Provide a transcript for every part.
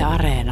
Areena.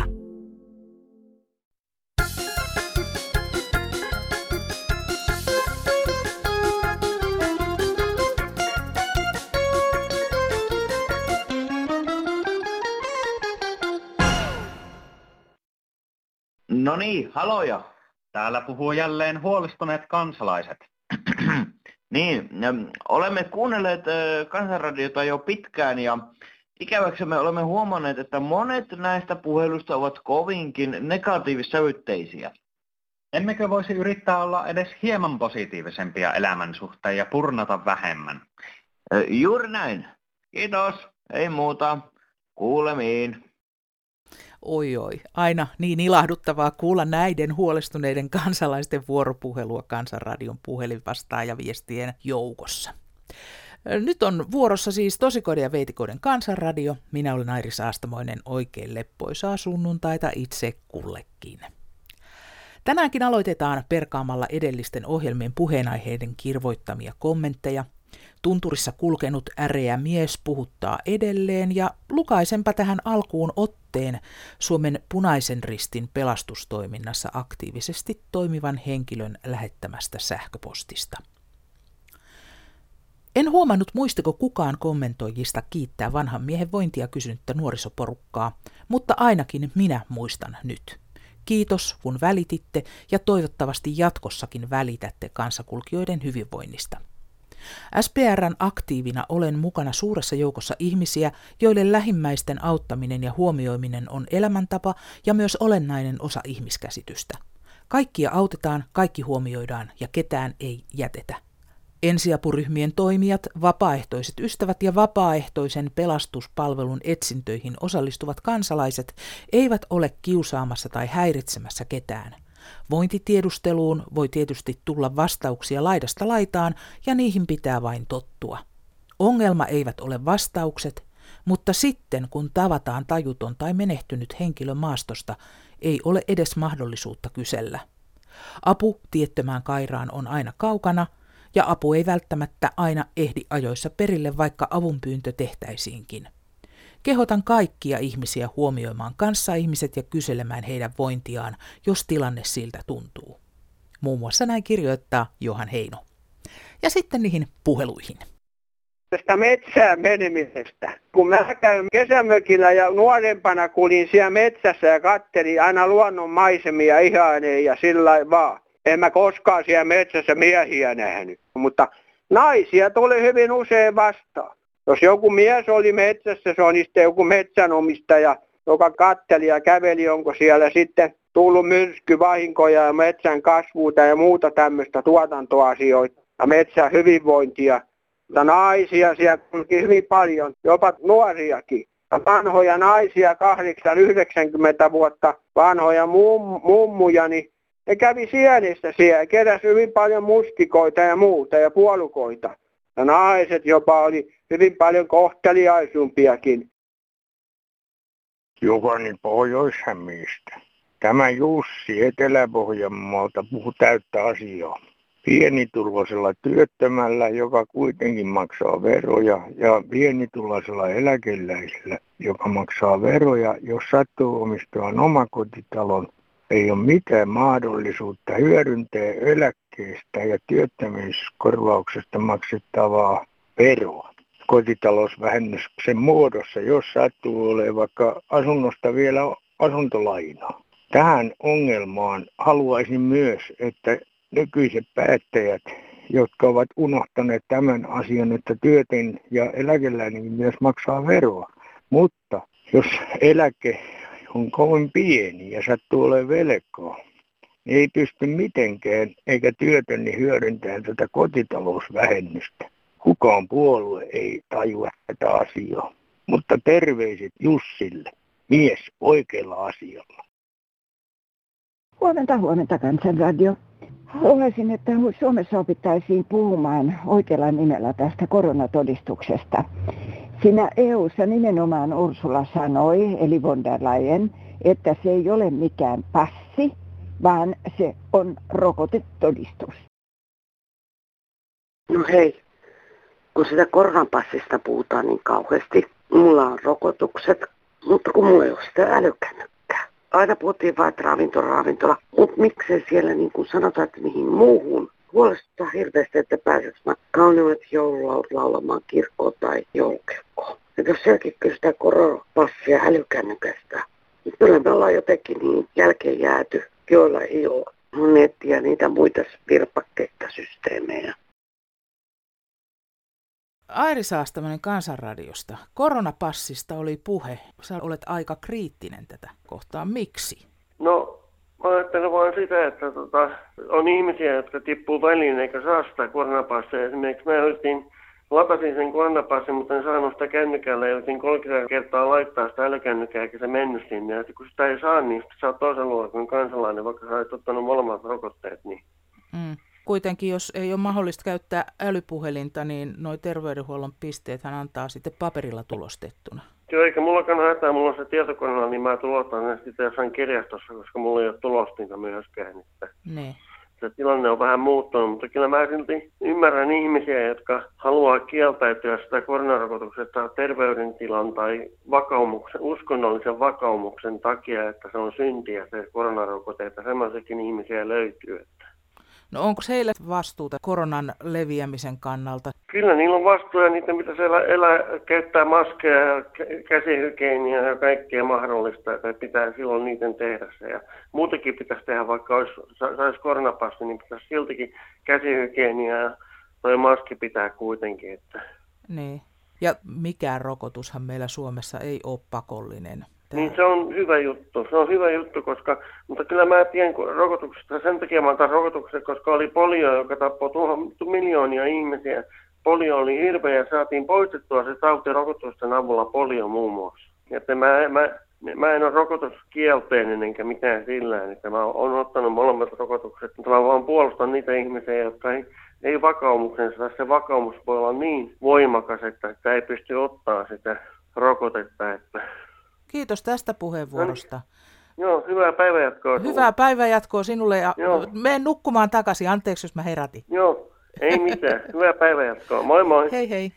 No niin, haloja. Täällä puhuu jälleen huolestuneet kansalaiset. Niin, olemme kuunnelleet Kansanradiota jo pitkään ja ikäväksemme olemme huomanneet, että monet näistä puheluista ovat kovinkin negatiivissävytteisiä. Emmekö voisi yrittää olla edes hieman positiivisempia elämän suhteen ja purnata vähemmän? Juuri näin. Kiitos. Ei muuta. Kuulemiin. Oi, aina niin ilahduttavaa kuulla näiden huolestuneiden kansalaisten vuoropuhelua Kansanradion puhelinvastaajaviestien joukossa. Nyt on vuorossa siis Tosikoiden ja Veitikoiden Kansanradio. Minä olen Airi Saastamoinen, oikein leppoisaa sunnuntaita itse kullekin. Tänäänkin aloitetaan perkaamalla edellisten ohjelmien puheenaiheiden kirvoittamia kommentteja. Tunturissa kulkenut äreä mies puhuttaa edelleen ja lukaisenpa tähän alkuun otteen Suomen Punaisen Ristin pelastustoiminnassa aktiivisesti toimivan henkilön lähettämästä sähköpostista. En huomannut, muistiko kukaan kommentoijista kiittää vanhan miehen vointia kysynyttä nuorisoporukkaa, mutta ainakin minä muistan nyt. Kiitos, kun välititte ja toivottavasti jatkossakin välitätte kanssakulkijoiden hyvinvoinnista. SPR:n aktiivina olen mukana suuressa joukossa ihmisiä, joille lähimmäisten auttaminen ja huomioiminen on elämäntapa ja myös olennainen osa ihmiskäsitystä. Kaikkia autetaan, kaikki huomioidaan ja ketään ei jätetä. Ensiapuryhmien toimijat, vapaaehtoiset ystävät ja vapaaehtoisen pelastuspalvelun etsintöihin osallistuvat kansalaiset eivät ole kiusaamassa tai häiritsemässä ketään. Vointitiedusteluun voi tietysti tulla vastauksia laidasta laitaan ja niihin pitää vain tottua. Ongelma eivät ole vastaukset, mutta sitten kun tavataan tajuton tai menehtynyt henkilö maastosta, ei ole edes mahdollisuutta kysellä. Apu tiettömään kairaan on aina kaukana ja apu ei välttämättä aina ehdi ajoissa perille, vaikka avunpyyntö tehtäisiinkin. Kehotan kaikkia ihmisiä huomioimaan kanssaihmiset ja kyselemään heidän vointiaan, jos tilanne siltä tuntuu. Muun muassa näin kirjoittaa Johan Heino. Ja sitten niihin puheluihin. Tästä metsään menemisestä. Kun mä käyn kesämökillä ja nuorempana kulin siellä metsässä ja kattelin aina luonnon maisemia ihaneen ja sillä vaan. En mä koskaan siellä metsässä miehiä nähnyt, mutta naisia tuli hyvin usein vastaan. Jos joku mies oli metsässä, se on sitten joku metsänomistaja, joka katteli ja käveli, onko siellä sitten tullut myrskyvahinkoja ja metsän kasvuuta ja muuta tämmöistä tuotantoasioita ja metsän hyvinvointia. Ja naisia siellä kulki hyvin paljon, jopa nuoriakin. Ja vanhoja naisia, 80-90 vuotta vanhoja mummuja, niin ne kävi sienissä siellä, keräsi hyvin paljon mustikoita ja muuta ja puolukoita. Ja naiset jopa oli hyvin paljon kohteliaisumpiakin. Juhani Pohjois-Hämeestä. Tämä Jussi Etelä-Pohjanmaalta puhui täyttä asiaa. Pienituloisella työttömällä, joka kuitenkin maksaa veroja, ja pienituloisella eläkeläisellä, joka maksaa veroja, jos sattuu omistamaan omakotitalon, ei ole mitään mahdollisuutta hyödyntää eläkkeestä ja työttömyyskorvauksesta maksettavaa veroa kotitalousvähennyksen muodossa, jos sattuu olemaan vaikka asunnosta vielä asuntolainaa. Tähän ongelmaan haluaisin myös, että nykyiset päättäjät, jotka ovat unohtaneet tämän asian, että työtön ja eläkeläinen myös maksaa veroa, mutta jos eläke on kovin pieni ja sattuu olemaan velkaa, niin ei pysty mitenkään eikä työtön niin hyödyntämään tätä kotitalousvähennystä. Kukaan puolue ei tajua tätä asiaa, mutta terveiset Jussille, mies oikealla asialla. Huomenta Kansanradio. Haluaisin, että Suomessa opittaisiin puhumaan oikealla nimellä tästä koronatodistuksesta. Siinä EU:ssa nimenomaan Ursula sanoi, eli von der Leyen, että se ei ole mikään passi, vaan se on rokotetodistus. No hei, kun sitä koronapassista puhutaan niin kauheasti, mulla on rokotukset, mutta kun mulla ei ole sitä älykännykkää. aina puhuttiin vaan, että ravintola. Mutta miksei siellä niin kuin sanotaan, että mihin muuhun. Huolestuttaa hirveästi, että pääseekö mä kauneimmat joululaulut laulamaan kirkkoon tai joulukirkkoon. Että jos sielläkin kysytään koronapassia älykännykästä, niin kyllä me ollaan jotenkin niin jälkeen jääty, joilla ei ole nettiä ja niitä muita virpakkeita systeemejä. Airi Saastamonen Kansanradiosta. Koronapassista oli puhe. Sä olet aika kriittinen tätä kohtaa. Miksi? No, mä ajattelen vaan sitä, että on ihmisiä, jotka tippuu väliin eikä saa sitä koronapassia. Esimerkiksi mä latasin sen koronapassin, mutta en saanut sitä kännykällä ja yritin 30 kertaa laittaa sitä älykännykää, eikä se mennyt sinne. Ja kun sitä ei saa, niin sä oot toisen luokan kansalainen, vaikka sä olet ottanut molemmat rokotteet. Niin. Kuitenkin, jos ei ole mahdollista käyttää älypuhelinta, niin nuo terveydenhuollon pisteethän antaa sitten paperilla tulostettuna. Joo, eikä mullakaan haetaan, mulla on se tietokoneella, niin mä tulotan sitä jossain kirjastossa, koska mulla ei ole tulostinta myöskään. Ne. Se tilanne on vähän muuttunut, mutta kyllä mä silti ymmärrän ihmisiä, jotka haluaa kieltäytyä sitä koronarokotuksesta terveydentilan tai uskonnollisen vakaumuksen takia, että se on syntiä se koronarokote, että semmoisiakin ihmisiä löytyy. No onko heillä vastuuta koronan leviämisen kannalta? Kyllä niillä on vastuu ja niitä pitäisi käyttää maskeja ja käsihygieniaa ja kaikkea mahdollista, että pitää silloin niiden tehdä se. Ja muutenkin pitäisi tehdä, vaikka saisi koronapassi, niin pitäisi siltikin käsihygieniaa ja toi maski pitää kuitenkin. Että. Niin. Ja mikään rokotushan meillä Suomessa ei ole pakollinen. Niin se on hyvä juttu. Se on hyvä juttu, mutta kyllä mä tiedän rokotuksesta, sen takia mä otan rokotuksen, koska oli polio, joka tappoi miljoonia ihmisiä. Polio oli hirveä ja saatiin poistettua se tauti rokotusten avulla, polio muun muassa. Että mä en ole rokotuskielteinen enkä mitään sillä, että mä oon ottanut molemmat rokotukset, mutta mä vaan puolustan niitä ihmisiä, jotka ei vakaumuksensa. Se vakaumus voi olla niin voimakas, että ei pysty ottaa sitä rokotetta, että. Kiitos tästä puheenvuorosta. Joo, hyvää päivänjatkoa. Hyvää päivänjatkoa sinulle ja mene nukkumaan takaisin. Anteeksi, jos mä herätin. Joo, ei mitään. Hyvää päivänjatkoa. Moi moi. Hei hei.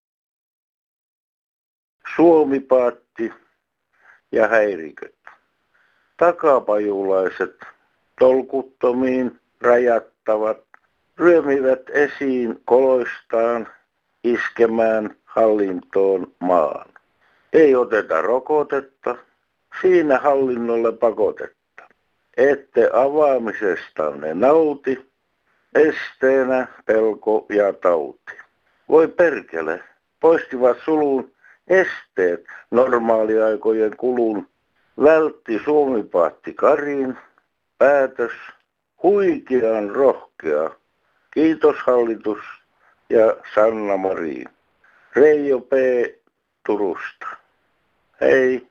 Suomipaatti ja häiriköt. Takapajulaiset tolkuttomiin rajattavat ryömivät esiin koloistaan iskemään hallintoon maan. Ei oteta rokotetta, siinä hallinnolle pakotetta. Ette avaamisestanne nauti, esteenä pelko ja tauti. Voi perkele, poistivat sulun esteet normaaliaikojen kulun. Vältti Suomipaatti Karin, päätös huikean rohkea. Kiitos hallitus ja Sanna Marin. Reijo P. Turusta. Hei.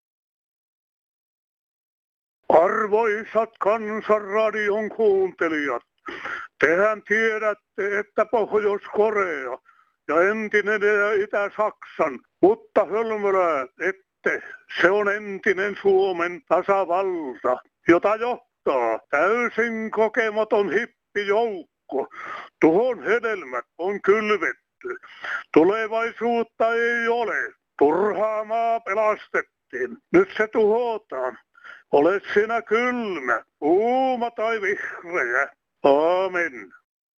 Arvoisat Kansanradion kuuntelijat, tehän tiedätte, että Pohjois-Korea ja entinen Itä-Saksan, mutta hölmölää ette. Se on entinen Suomen tasavalta, jota johtaa täysin kokematon hippijoukko. Tuhon hedelmät on kylvetty. Tulevaisuutta ei ole. Turhaa maa pelastettiin. Nyt se tuhotaan. Olet sinä kylmä, kuuma tai vihreä. Aamen.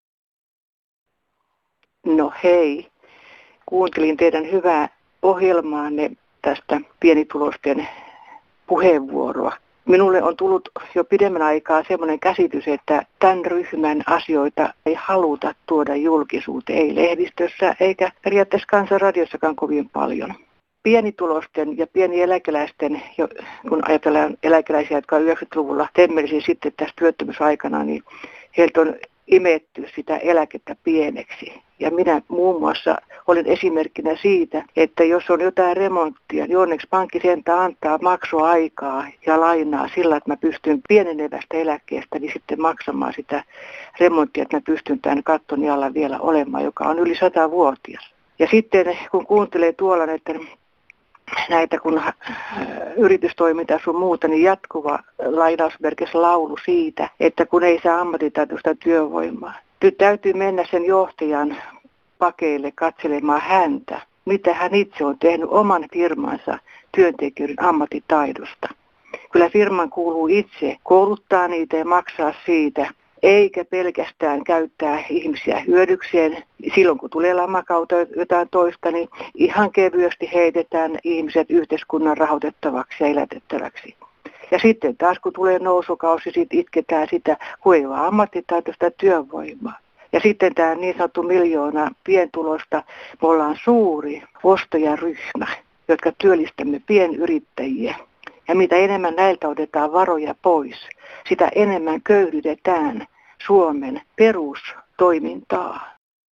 No hei. Kuuntelin teidän hyvää ohjelmaanne tästä pienituloisten puheenvuoroa. Minulle on tullut jo pidemmän aikaa semmoinen käsitys, että tämän ryhmän asioita ei haluta tuoda julkisuuteen, ei lehdistössä eikä periaatteessa Kansanradiossakaan kovin paljon. Pienitulosten ja pienieläkeläisten, kun ajatellaan eläkeläisiä, jotka on 90-luvulla temmellisiä sitten tässä työttömyysaikana, niin heiltä on imetty sitä eläkettä pieneksi. Ja minä muun muassa olen esimerkkinä siitä, että jos on jotain remonttia, niin onneksi pankki sentään antaa maksuaikaa ja lainaa sillä, että mä pystyn pienenevästä eläkkeestä niin sitten maksamaan sitä remonttia, että mä pystyn tämän kattoni alla vielä olemaan, joka on yli 100-vuotias. Ja sitten kun kuuntelee tuolla näitä kun yritystoimintaa sun muuta, niin jatkuva lainausmerkissä laulu siitä, että kun ei saa ammattitaitoista työvoimaa. Nyt täytyy mennä sen johtajan pakeille katselemaan häntä, mitä hän itse on tehnyt oman firmansa työntekijöiden ammattitaidosta. Kyllä firman kuuluu itse kouluttaa niitä ja maksaa siitä, eikä pelkästään käyttää ihmisiä hyödykseen. Silloin kun tulee lamakautta jotain toista, niin ihan kevyesti heitetään ihmiset yhteiskunnan rahoitettavaksi ja elätettäväksi. Ja sitten taas kun tulee nousukausi, sitten itketään sitä, kun ei ole ammattitaitoista työvoimaa. Ja sitten tämä niin sanottu 1 miljoona pientulosta, me ollaan suuri ostajaryhmä, jotka työllistämme pienyrittäjiä. Ja mitä enemmän näiltä otetaan varoja pois, sitä enemmän köyhdytetään Suomen perustoimintaa.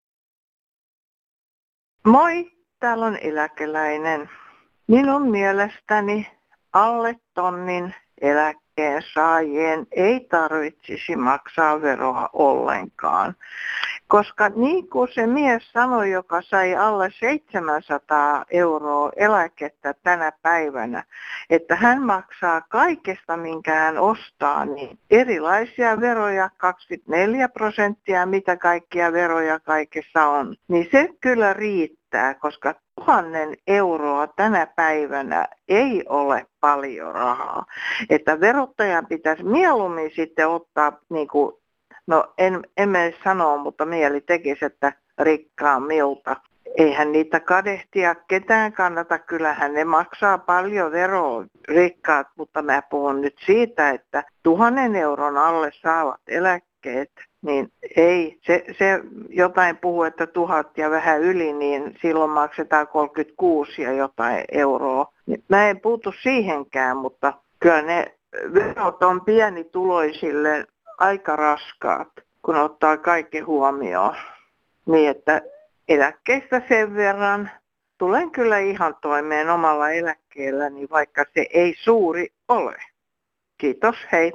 Moi, täällä on eläkeläinen. Minun mielestäni alle tonnin eläkkeen saajien ei tarvitsisi maksaa veroa ollenkaan. Koska niin kuin se mies sanoi, joka sai alle 700 euroa eläkettä tänä päivänä, että hän maksaa kaikesta, minkä hän ostaa, niin erilaisia veroja, 24%, mitä kaikkia veroja kaikessa on, niin se kyllä riittää, koska 1 000 euroa tänä päivänä ei ole paljon rahaa. Että verottajan pitäisi mieluummin sitten ottaa no en mene sanoa, mutta mieli tekisi, että rikkaammilta. Eihän niitä kadehtia ketään kannata, kyllähän ne maksaa paljon veroa rikkaat, mutta mä puhun nyt siitä, että 1 000 euron alle saavat eläkkeet, niin ei, se jotain puhuu, että 1000 ja vähän yli, niin silloin maksetaan 36 ja jotain euroa. Mä en puutu siihenkään, mutta kyllä ne verot on pienituloisille aika raskaat, kun ottaa kaikki huomioon. Niin että eläkkeistä sen verran tulen kyllä ihan toimeen omalla eläkkeelläni, vaikka se ei suuri ole. Kiitos, hei.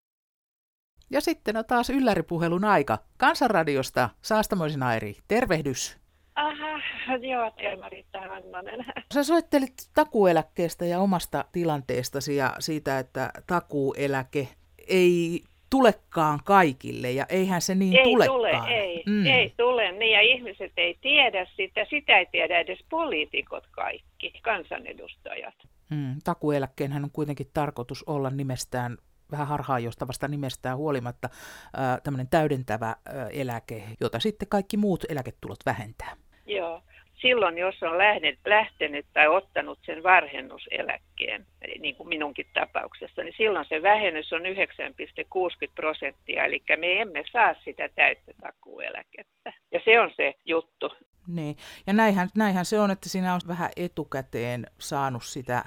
Ja sitten on taas ylläripuhelun aika. Kansanradiosta Saastamoisen Airi, tervehdys. Aha, joo, Elma-Riitta Hannonen. Sä soittelit takuueläkkeestä ja omasta tilanteestasi ja siitä, että takuueläke ei tulekaan kaikille ja eihän se niin ei tulekaan. Ei tule, niin ja ihmiset ei tiedä sitä ei tiedä edes poliitikot kaikki, kansanedustajat. Takuueläkkeenhän on kuitenkin tarkoitus olla nimestään, vähän harhaanjohtavasta nimestään huolimatta, tämmöinen täydentävä eläke, jota sitten kaikki muut eläketulot vähentää. Joo. Silloin, jos on lähtenyt tai ottanut sen varhennuseläkkeen, niin kuin minunkin tapauksessa, niin silloin se vähennys on 9,60%, eli me emme saa sitä täyttä takuueläkettä. Ja se on se juttu. Niin, ja näinhän se on, että siinä on vähän etukäteen saanut sitä.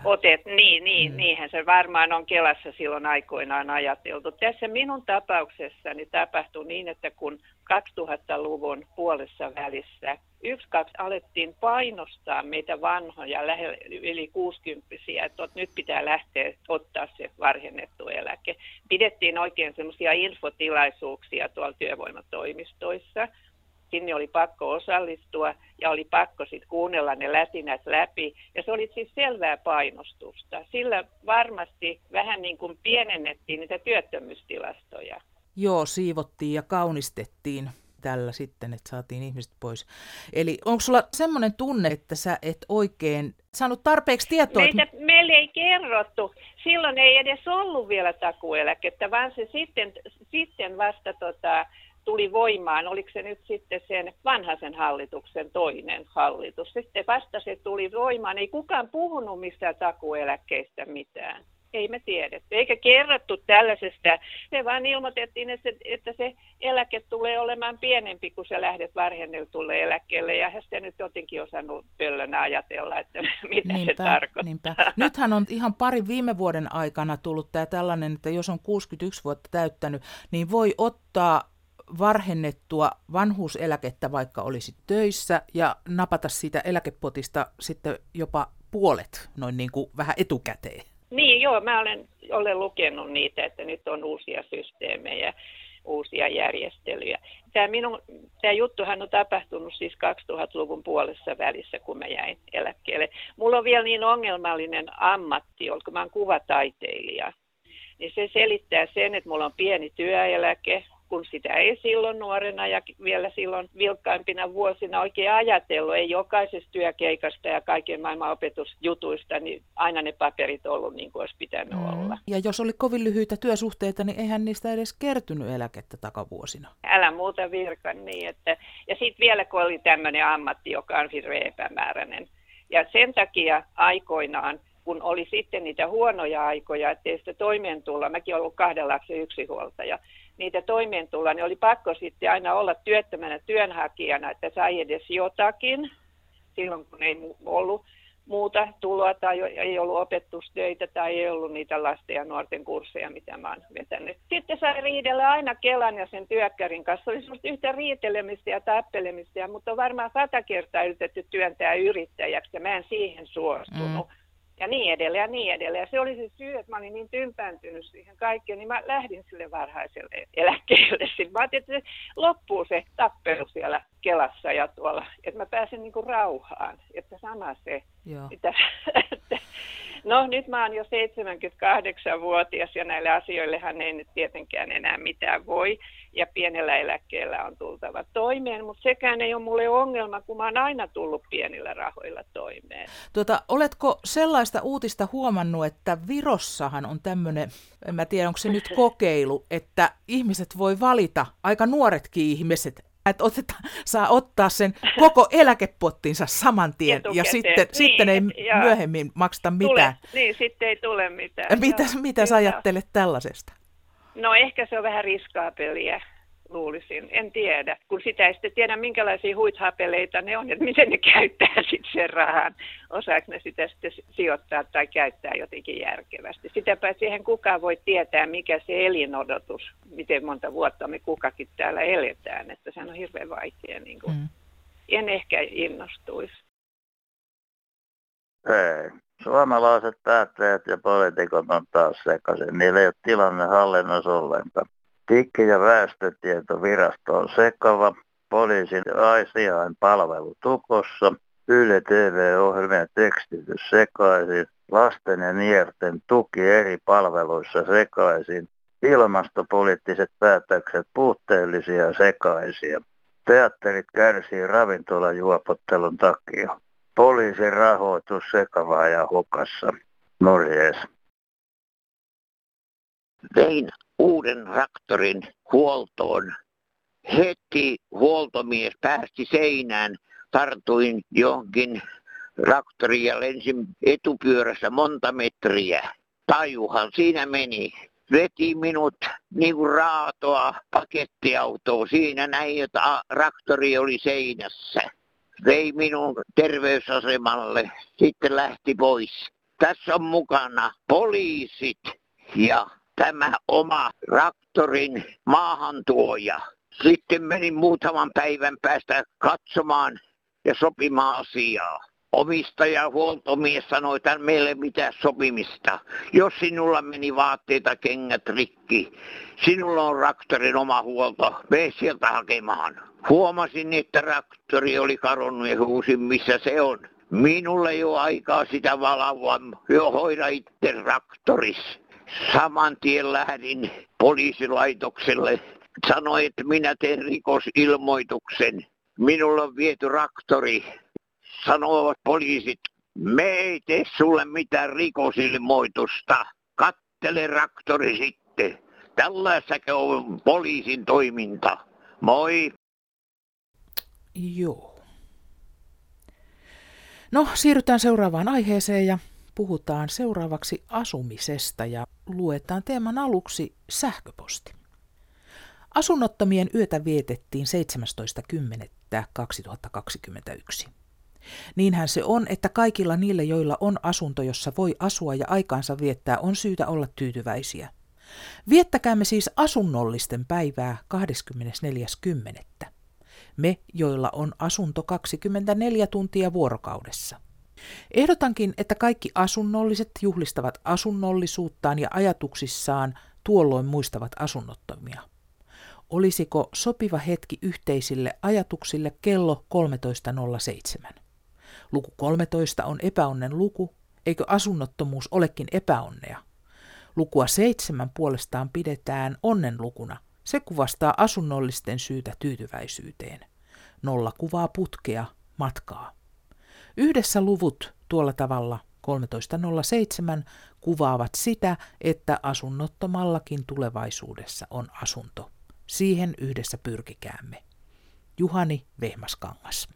Niinhän se varmaan on Kelassa silloin aikoinaan ajateltu. Tässä minun tapauksessani tapahtui niin, että kun 2000-luvun puolessa välissä 1-2 alettiin painostaa meitä vanhoja, yli 60-vuotiaita, että nyt pitää lähteä ottaa se varhennettu eläke. Pidettiin oikein semmoisia infotilaisuuksia tuolla työvoimatoimistoissa. Sinne oli pakko osallistua ja oli pakko sitten kuunnella ne lätinät läpi. Ja se oli siis selvää painostusta. Sillä varmasti vähän niin kuin pienennettiin niitä työttömyystilastoja. Joo, siivottiin ja kaunistettiin tällä sitten, että saatiin ihmiset pois. Eli onko sulla semmoinen tunne, että sä et oikein saanut tarpeeksi tietoa? Meille ei kerrottu. Silloin ei edes ollut vielä takuueläkettä, vaan se sitten vasta tuli voimaan. Oliko se nyt sitten sen Vanhasen hallituksen toinen hallitus? Sitten vasta se tuli voimaan. Ei kukaan puhunut mistään takuueläkkeistä mitään. Ei me tiedetty. Eikä kerrottu tällaisesta. Se vaan ilmoitettiin, että se eläke tulee olemaan pienempi, kun sä lähdet varhennetulle eläkkeelle. Ja sitä nyt jotenkin osannut pöllönä ajatella, että mitä se tarkoittaa. Niinpä. Nythän on ihan pari viime vuoden aikana tullut tämä tällainen, että jos on 61 vuotta täyttänyt, niin voi ottaa varhennettua vanhuuseläkettä, vaikka olisi töissä, ja napata siitä eläkepotista sitten jopa puolet, noin niin kuin vähän etukäteen. Niin, joo, mä olen lukenut niitä, että nyt on uusia systeemejä, uusia järjestelyjä. Tämä juttuhan on tapahtunut siis 2000-luvun puolessa välissä, kun mä jäin eläkkeelle. Mulla on vielä niin ongelmallinen ammatti, kun mä oon kuvataiteilija. Niin se selittää sen, että mulla on pieni työeläke, kun sitä ei silloin nuorena ja vielä silloin vilkkaimpina vuosina oikein ajatellut, ei jokaisesta työkeikasta ja kaiken maailman opetusjutuista, niin aina ne paperit ollut niin kuin olisi pitänyt olla. Ja jos oli kovin lyhyitä työsuhteita, niin eihän niistä edes kertynyt eläkettä takavuosina. Älä muuta virkan niin, että ja sitten vielä kun oli tämmöinen ammatti, joka on hirveän epämääräinen. Ja sen takia aikoinaan, kun oli sitten niitä huonoja aikoja, ettei sitä toimeentuloa, mäkin olen ollut 2 lapsen yksinhuoltaja, niitä toimeentuloa, niin oli pakko sitten aina olla työttömänä työnhakijana, että sai edes jotakin, silloin kun ei ollut muuta tuloa tai ei ollut opetustöitä tai ei ollut niitä lasten ja nuorten kursseja, mitä mä oon vetänyt. Sitten sai riidellä aina Kelan ja sen työkkärin kanssa. Se oli semmoista yhtä riitelemistä ja tappelemista, mutta on varmaan 100 kertaa yritetty työntää yrittäjäksi ja mä en siihen suostunut. Ja niin edelleen ja niin edelleen. Ja se oli se syy, että mä olin niin tympääntynyt siihen kaikkeen, niin mä lähdin sille varhaiselle eläkkeelle. Sitten mä ajattelin, että se loppuu se tappelu siellä Kelassa ja tuolla, että mä pääsen niinku rauhaan. Että sama se. No nyt mä oon jo 78-vuotias ja näille asioillehan ei nyt tietenkään enää mitään voi. Ja pienellä eläkkeellä on tultava toimeen, mutta sekään ei ole mulle ongelma, kun mä oon aina tullut pienillä rahoilla toimeen. Oletko sellaista uutista huomannut, että Virossahan on tämmöinen, en mä tiedä onko se nyt kokeilu, että ihmiset voi valita, aika nuoretkin ihmiset, että saa ottaa sen koko eläkepottinsa saman tien ja sitten ei myöhemmin makseta mitään. Niin, sitten ei tule mitään. Mitä sä ajattelet tällaisesta? No ehkä se on vähän riskaapelia, luulisin. En tiedä, kun sitä ei sitten tiedä, minkälaisia huithapeleita ne on, että miten ne käyttää sitten sen rahan. Osaako ne sitä sitten sijoittaa tai käyttää jotenkin järkevästi. Sitäpä siihen kukaan voi tietää, mikä se elinodotus, miten monta vuotta me kukakin täällä eletään. Että se on hirveän vaikea. Niin kuin. En ehkä innostuisi. Ei. Suomalaiset päättäjät ja poliitikot on taas sekaisin. Niillä ei ole tilanne hallinnossa ollenkaan. Tikki- ja väestötietovirasto on sekava. Poliisin asiainpalvelu tukossa. Yle TV-ohjelmien tekstitys sekaisin. Lasten ja nuorten tuki eri palveluissa sekaisin. Ilmastopoliittiset päätökset puutteellisia ja sekaisia. Teatterit kärsii ravintolajuopottelun takia. Poliisin rahoitus sekavaa ja hukassa. Morjes. Vein uuden traktorin huoltoon. Heti huoltomies päästi seinään. Tartuin johonkin traktoriin ja lensin etupyörässä monta metriä. Tajuhan siinä meni. Veti minut niin kuin raatoa pakettiautoa. Siinä näin, että traktori oli seinässä. Vei minun terveysasemalle, sitten lähti pois. Tässä on mukana poliisit ja tämä oma traktorin maahantuoja. Sitten menin muutaman päivän päästä katsomaan ja sopimaan asiaa. Omistaja huoltomies sanoi, että meillä ei mitään sopimista. Jos sinulla meni vaatteita, kengät rikki, sinulla on traktorin oma huolto, mene sieltä hakemaan. Huomasin, että traktori oli kadonnut ja huusin, missä se on. Minulla ei ole aikaa sitä valvoa, jo hoida itse traktorissa. Saman tien lähdin poliisilaitokselle. Sanoin, että minä teen rikosilmoituksen. Minulla on viety traktori. Sanoivat poliisit, me ei tee sulle mitään rikosilmoitusta. Kattele traktori sitten. Tällaisakö on poliisin toiminta. Moi. Joo. No, siirrytään seuraavaan aiheeseen ja puhutaan seuraavaksi asumisesta ja luetaan teeman aluksi sähköposti. Asunnottomien yötä vietettiin 17.10.2021. Niinhän se on, että kaikilla niillä, joilla on asunto, jossa voi asua ja aikaansa viettää, on syytä olla tyytyväisiä. Viettäkäämme siis asunnollisten päivää 24.10. Me, joilla on asunto 24 tuntia vuorokaudessa. Ehdotankin, että kaikki asunnolliset juhlistavat asunnollisuuttaan ja ajatuksissaan tuolloin muistavat asunnottomia. Olisiko sopiva hetki yhteisille ajatuksille kello 13.07? Luku 13 on epäonnen luku, eikö asunnottomuus olekin epäonnea? Lukua 7 puolestaan pidetään onnenlukuna, Se kuvastaa asunnollisten syytä tyytyväisyyteen. 0 kuvaa putkea, matkaa. Yhdessä luvut tuolla tavalla 13.07 kuvaavat sitä, että asunnottomallakin tulevaisuudessa on asunto. Siihen yhdessä pyrkikäämme. Juhani Vehmaskangas.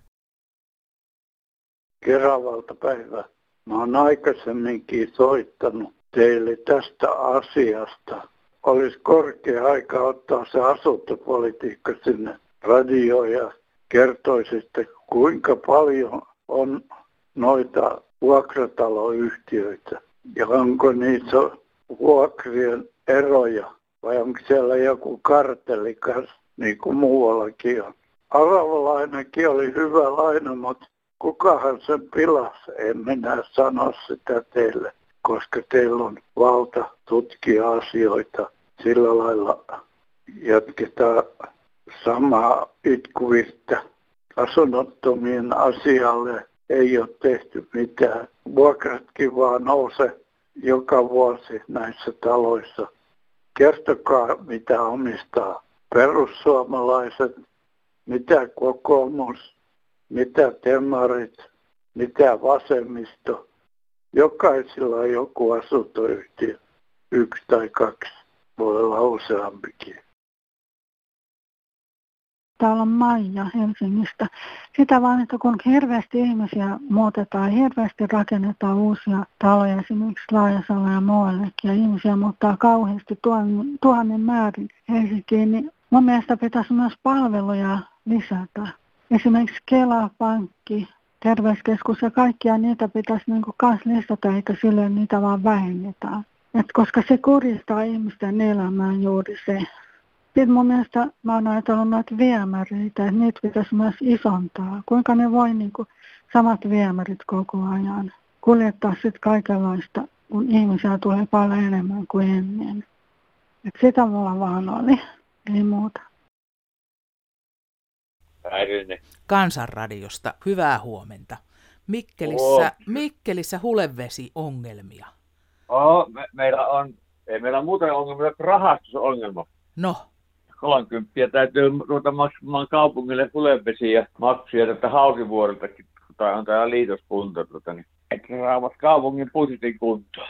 Keravalta päivää. Mä oon aikaisemminkin soittanut teille tästä asiasta. Olisi korkea aika ottaa se asuntopolitiikka sinne radioon ja kertoisitte, kuinka paljon on noita vuokrataloyhtiöitä ja onko niissä vuokrien eroja vai onko siellä joku kartelli kanssa, niin kuin muuallakin on. Aravalainakin oli hyvä laina, mutta kukahan sen pilasi? En minä sano sitä teille, koska teillä on valta tutkia asioita. Sillä lailla jatketaan samaa itkuvirttä. Asunnottomien asialle ei ole tehty mitään. Vuokratkin vaan nousee joka vuosi näissä taloissa. Kertokaa, mitä omistaa perussuomalaiset, mitä kokoomus, mitä demarit, mitä vasemmisto. Jokaisella on joku asuntoyhtiö, 1 tai 2, voi olla useampikin. Täällä on Maija Helsingistä. Sitä vaan, että kun hirveästi ihmisiä muutetaan, hirveästi rakennetaan uusia taloja, esimerkiksi Laajasalla ja muuallekin, ja ihmisiä muuttaa kauheasti tuhannen määrin Helsinkiin, niin mun mielestä pitäisi myös palveluja lisätä. Esimerkiksi Kela, pankki, terveyskeskus ja kaikkia niitä pitäisi myös lisätä, eikä silleen niitä vaan vähennetään. Koska se kuristaa ihmisten elämää juuri se. Sitten mun mielestä mä oon ajatellut noita viemäreitä, että niitä pitäisi myös isontaa. Kuinka ne voi samat viemärit koko ajan kuljettaa sitten kaikenlaista, kun ihmisiä tulee paljon enemmän kuin ennen. Sitä mulla vaan oli, ei muuta. Kansanradiosta, hyvää huomenta. Mikkelissä hulevesiongelmia. Meillä on muuta ongelmia kuin rahastusongelma. No. 30 täytyy ruveta maksamaan kaupungille hulevesiä maksuja tätä Haukivuoriltakin, tai on täällä liitoskunta, että saavat kaupungin pusitin kuntoon.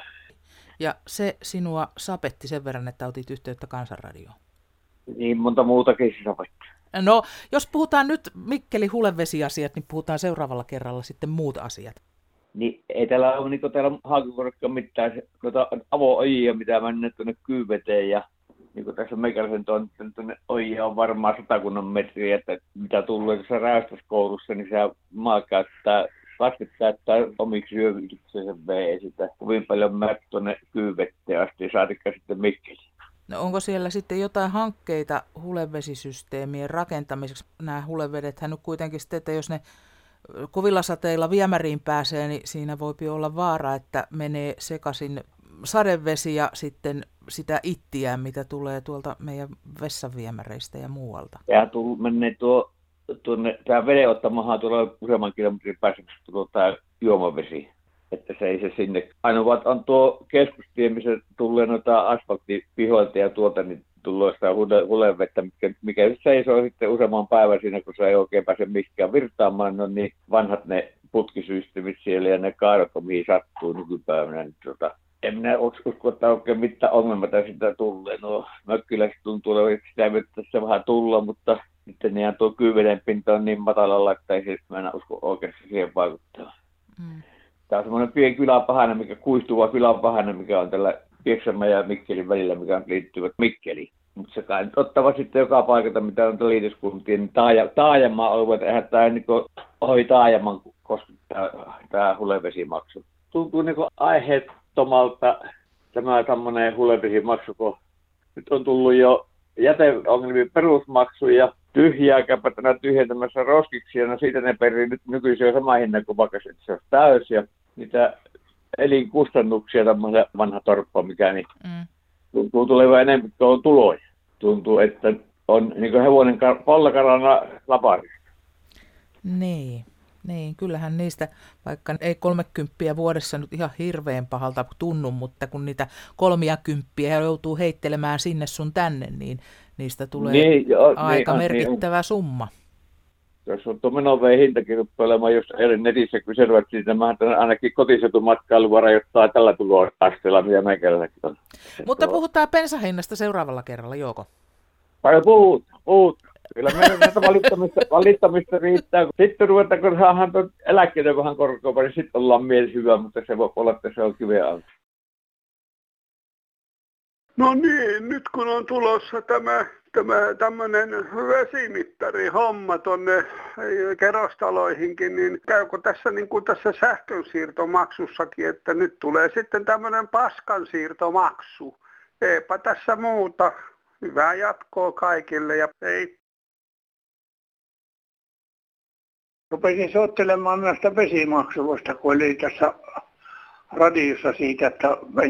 Ja se sinua sapetti sen verran, että otit yhteyttä Kansanradioon. Niin monta muutakin se sapetti. No, jos puhutaan nyt Mikkeli hulevesiasiat, niin puhutaan seuraavalla kerralla sitten muut asiat. Niin ei täällä ole niin täällä Haukivuorillakaan mitään avo-ojia, mitä mennä tuonne Kyyveteen ja niin kuin tässä meikäläisen tuonne ojia on varmaan 100 metriä, että mitä tulee tässä räystäskoulussa, niin se maa käyttää, lasket käyttää omiksi syövyksensä vee sitä kovin paljon määrin tuonne Kyyvetteen asti, saatikka sitten Mikkeliin. No onko siellä sitten jotain hankkeita hulevesisysteemien rakentamiseksi? Nämä hulevedethän nyt kuitenkin sitten, että jos ne kovilla sateilla viemäriin pääsee, niin siinä voi olla vaara, että menee sekaisin sadevesi ja sitten sitä ittiään, mitä tulee tuolta meidän vessanviemäreistä ja muualta. Ja menee tuonne, tämä vedenottamahan tuolla useamman kilometrin päässä, tämä juomavesi. Että se ei se sinne. Ainoa vaan on tuo keskustie, missä tulee noita asfalttipihoilta ja tuolta, niin tulee sitä hulevettä, mikä seisoo sitten useamman päivän siinä, kun se ei oikein pääse mikään virtaamaan. No niin vanhat ne putkisysteemit siellä ja ne kaadot on mihin sattuu nykypäivänä. Niin en minä usko, että oikein mitään ongelmaa sitä tulee. No mökkiläiset tuntuu, että sitä ei tässä vähän tulla, mutta sitten ihan tuo Kyyveden pinta on niin matalalla, että ei se, mä en usko oikeasti siihen vaikuttaa. Tämä on semmoinen pieni kyläpahainen, mikä kuistuva kyläpahainen, mikä on tällä Pieksämäen ja Mikkelin välillä, mikä liittyvät Mikkeliin. Mutta se kai ottavat sitten joka paikalta, mitä on liitoskuntien, niin taajamaa alueet, eihän tämä niin ohi taajaman koskettaa tämä hulevesimaksu. Tuntuu niin aiheettomalta tämä tämmöinen hulevesimaksu, kun nyt on tullut jo jäteongelmien perusmaksuja, tyhjää käpätänä tyhjentämässä roskiksi, ja no siitä ne perii nyt nykyisin jo sama hinnan kuin vaikka se on täys, ja niitä elinkustannuksia, tämmöinen vanha torppa, mikä niin tuntuu tulevan enemmän kuin on tuloja. Tuntuu, että on niin kuin hevonen pallakarana laparista. Niin, kyllähän niistä, vaikka ei 30 vuodessa nyt ihan hirveän pahalta tunnu, mutta kun niitä 30 joutuu heittelemään sinne sun tänne, niin Niistä tulee aika merkittävä summa. Jos on tuo menoveen hintakin ruppailemaan, jos eilen netissä kyselevät siitä, mä ainakin kotiseutumatkailuva rajoittaa tällä tuloasteella, mitä meikäläisetkin on. Mutta puhutaan bensahinnasta seuraavalla kerralla, Jouko. Paljon puhut. Kyllä meidän valittamista riittää. Sitten ruvetaan, kun saadaan tuon eläkkeiden vähän korkoa, niin sitten ollaan mielessä hyvä, mutta se voi olla, että se on kiveä alta. No niin, nyt kun on tulossa tämä tämmöinen vesimittari-homma tuonne kerrostaloihinkin, niin käykö tässä niin kuin tässä sähkönsiirtomaksussakin, että nyt tulee sitten tämmöinen paskansiirtomaksu. Eipä tässä muuta. Hyvää jatkoa kaikille ja hei. Rupesin soittelemaan näistä vesimaksuista, kun oli tässä radiossa siitä, että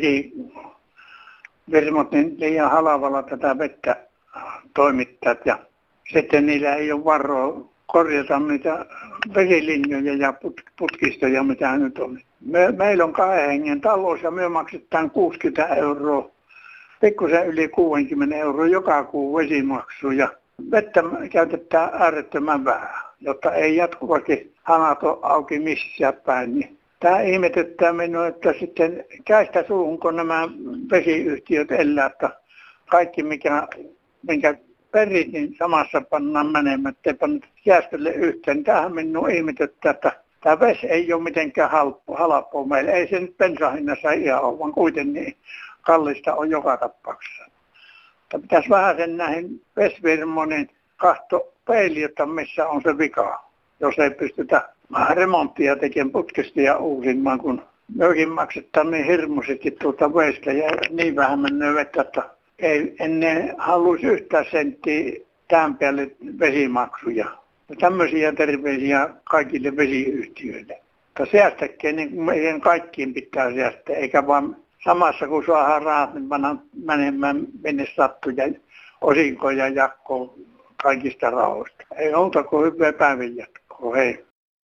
vesimot niin liian halavalla tätä vettä toimittajat ja sitten niillä ei ole varoa korjata niitä vesilinjoja ja putkistoja, mitä nyt on. Meillä on 2 hengen talous ja me maksetaan 60 €, pikkusen yli 60 € joka kuu vesimaksu ja vettä käytetään äärettömän vähän, jotta ei jatkuvasti hanat ole auki missään päin. Niin tämä ihmetyttää minua, että sitten käistä suuhun, kun nämä vesiyhtiöt elää, että kaikki minkä perit, niin samassa pannaan menemään, ettei panna säästölle yhteen. Tämähän minua ihmetyttää, että tämä vesi ei ole mitenkään halpaa meillä. Ei se nyt bensahinnassa ihan ole, vaan kuitenkin niin kallista on joka tapauksessa. Mutta pitäisi vähän sen näihin vesifirmoihin katsoa peiliin, että missä on se vika, jos ei pystytä remonttia tekemään putkista ja uusimaan, kun mekin maksetaan niin hirmuisesti tuota veistä ja niin vähän menee vettä, että ei ennen haluaisi yhtään senttiä tämän päälle vesimaksuja. Ja tämmöisiä terveisiä kaikille vesiyhtiöille. Mutta säästäkää niin kuin meidän kaikkiin pitää säästää, eikä vaan samassa kun saadaan rahat, niin pannaan menemään minne sattuu ja osinkoja jakkoon kaikista rahoista. Ei muuta kuin hyvää päivän jatkoa. Hei.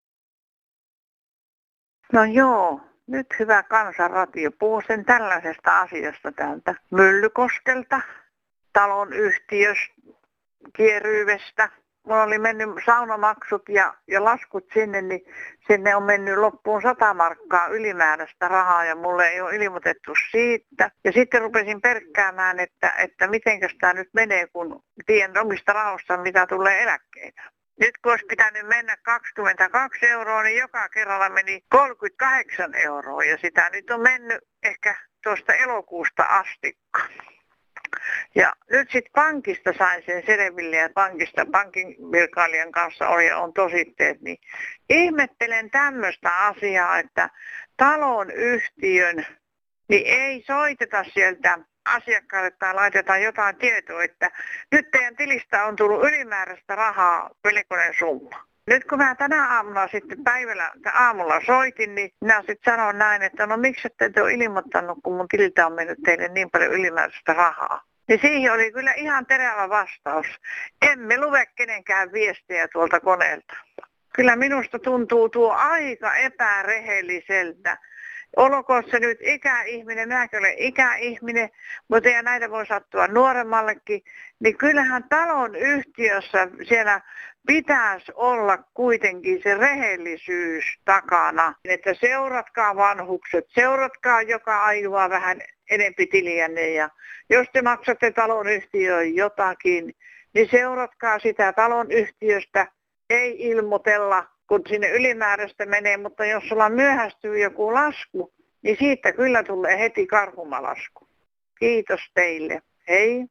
No joo, nyt hyvä Kansanradio. Puhuu sen tällaisesta asiasta täältä Myllykoskelta, talon yhtiöskieryyvestä. Mulla oli mennyt saunamaksut ja laskut sinne, niin sinne on mennyt loppuun 100 markkaa ylimääräistä rahaa ja mulle ei ole ilmoitettu siitä. Ja sitten rupesin perkkäämään, että mitenkäs tämä nyt menee, kun tiedän omista rahoista, mitä tulee eläkkeitä. Nyt kun olisi pitänyt mennä 22 €, niin joka kerralla meni 38 € ja sitä nyt on mennyt ehkä tuosta elokuusta asti. Ja nyt sitten pankista sain sen selville ja pankin virkailijan kanssa on tositteet, niin ihmettelen tämmöistä asiaa, että taloyhtiön niin ei soiteta sieltä asiakkaalle tai laitetaan jotain tietoa, että nyt teidän tilistä on tullut ylimääräistä rahaa pelikonen summa. Nyt kun mä tänä aamuna sitten aamulla soitin, niin minä sitten sanon näin, että no miksi ette ole ilmoittanut, kun mun tililtä on mennyt teille niin paljon ylimääräistä rahaa. Niin siihen oli kyllä ihan terävä vastaus. Emme lue kenenkään viestejä tuolta koneelta. Kyllä minusta tuntuu tuo aika epärehelliseltä. Olkoon se nyt ikäihminen, minäkin olen ikäihminen, mutta ja näitä voi sattua nuoremmallekin, niin kyllähän talon yhtiössä siellä pitäisi olla kuitenkin se rehellisyys takana. Että seuratkaa vanhukset, seuratkaa joka ainoa vähän enempi tiliänne ja jos te maksatte talon yhtiöön jotakin, niin seuratkaa sitä talon yhtiöstä, ei ilmoitella, kun sinne ylimääräistä menee, mutta jos sulla myöhästyy joku lasku, niin siitä kyllä tulee heti karhumalasku. Kiitos teille. Hei.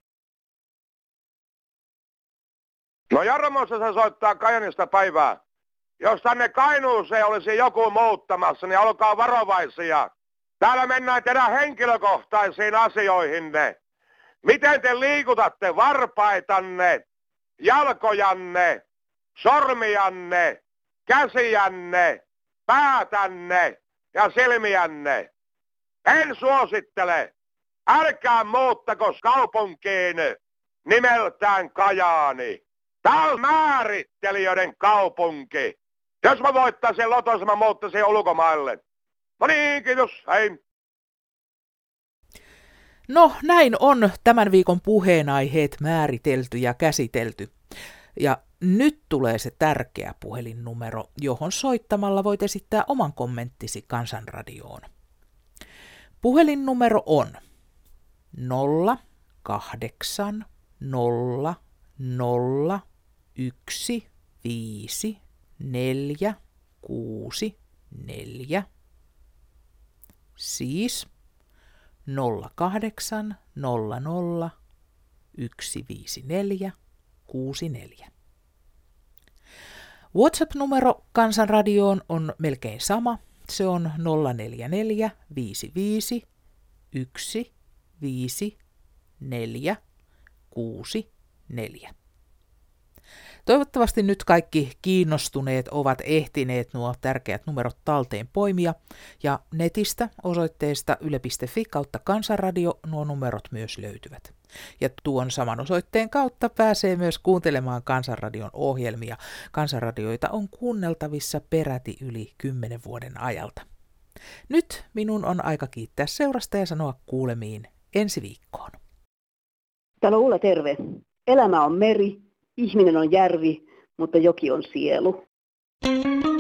No Jarmossa se soittaa Kajanista päivää. Jos tänne Kainuuseen olisi joku muuttamassa, niin olkaa varovaisia. Täällä mennään teidän henkilökohtaisiin asioihinne. Miten te liikutatte varpaitanne, jalkojanne, sormianne, käsiänne, päätänne ja silmiänne. En suosittele. Älkää muuttako kaupunkiin nimeltään Kajaani. Tää on määrittelijöiden kaupunki. Jos mä voittaisin lotossa, mä muuttaisin ulkomaille. No niin, kiitos. Hei. No, näin on tämän viikon puheenaiheet määritelty ja käsitelty. Ja nyt tulee se tärkeä puhelinnumero, johon soittamalla voit esittää oman kommenttisi Kansanradioon. Puhelinnumero on 08 0 0 1 5 4 6 4. Siis 08 00 154 64. WhatsApp-numero Kansanradioon on melkein sama. Se on 044 55 1 5 4 6 4. Toivottavasti nyt kaikki kiinnostuneet ovat ehtineet nuo tärkeät numerot talteen poimia, ja netistä osoitteesta yle.fi/kansanradio nuo numerot myös löytyvät. Ja tuon saman osoitteen kautta pääsee myös kuuntelemaan Kansanradion ohjelmia. Kansanradioita on kuunneltavissa peräti yli 10 vuoden ajalta. Nyt minun on aika kiittää seurasta ja sanoa kuulemiin ensi viikkoon. Täällä on Ulla, terve. Elämä on meri, ihminen on järvi, mutta joki on sielu.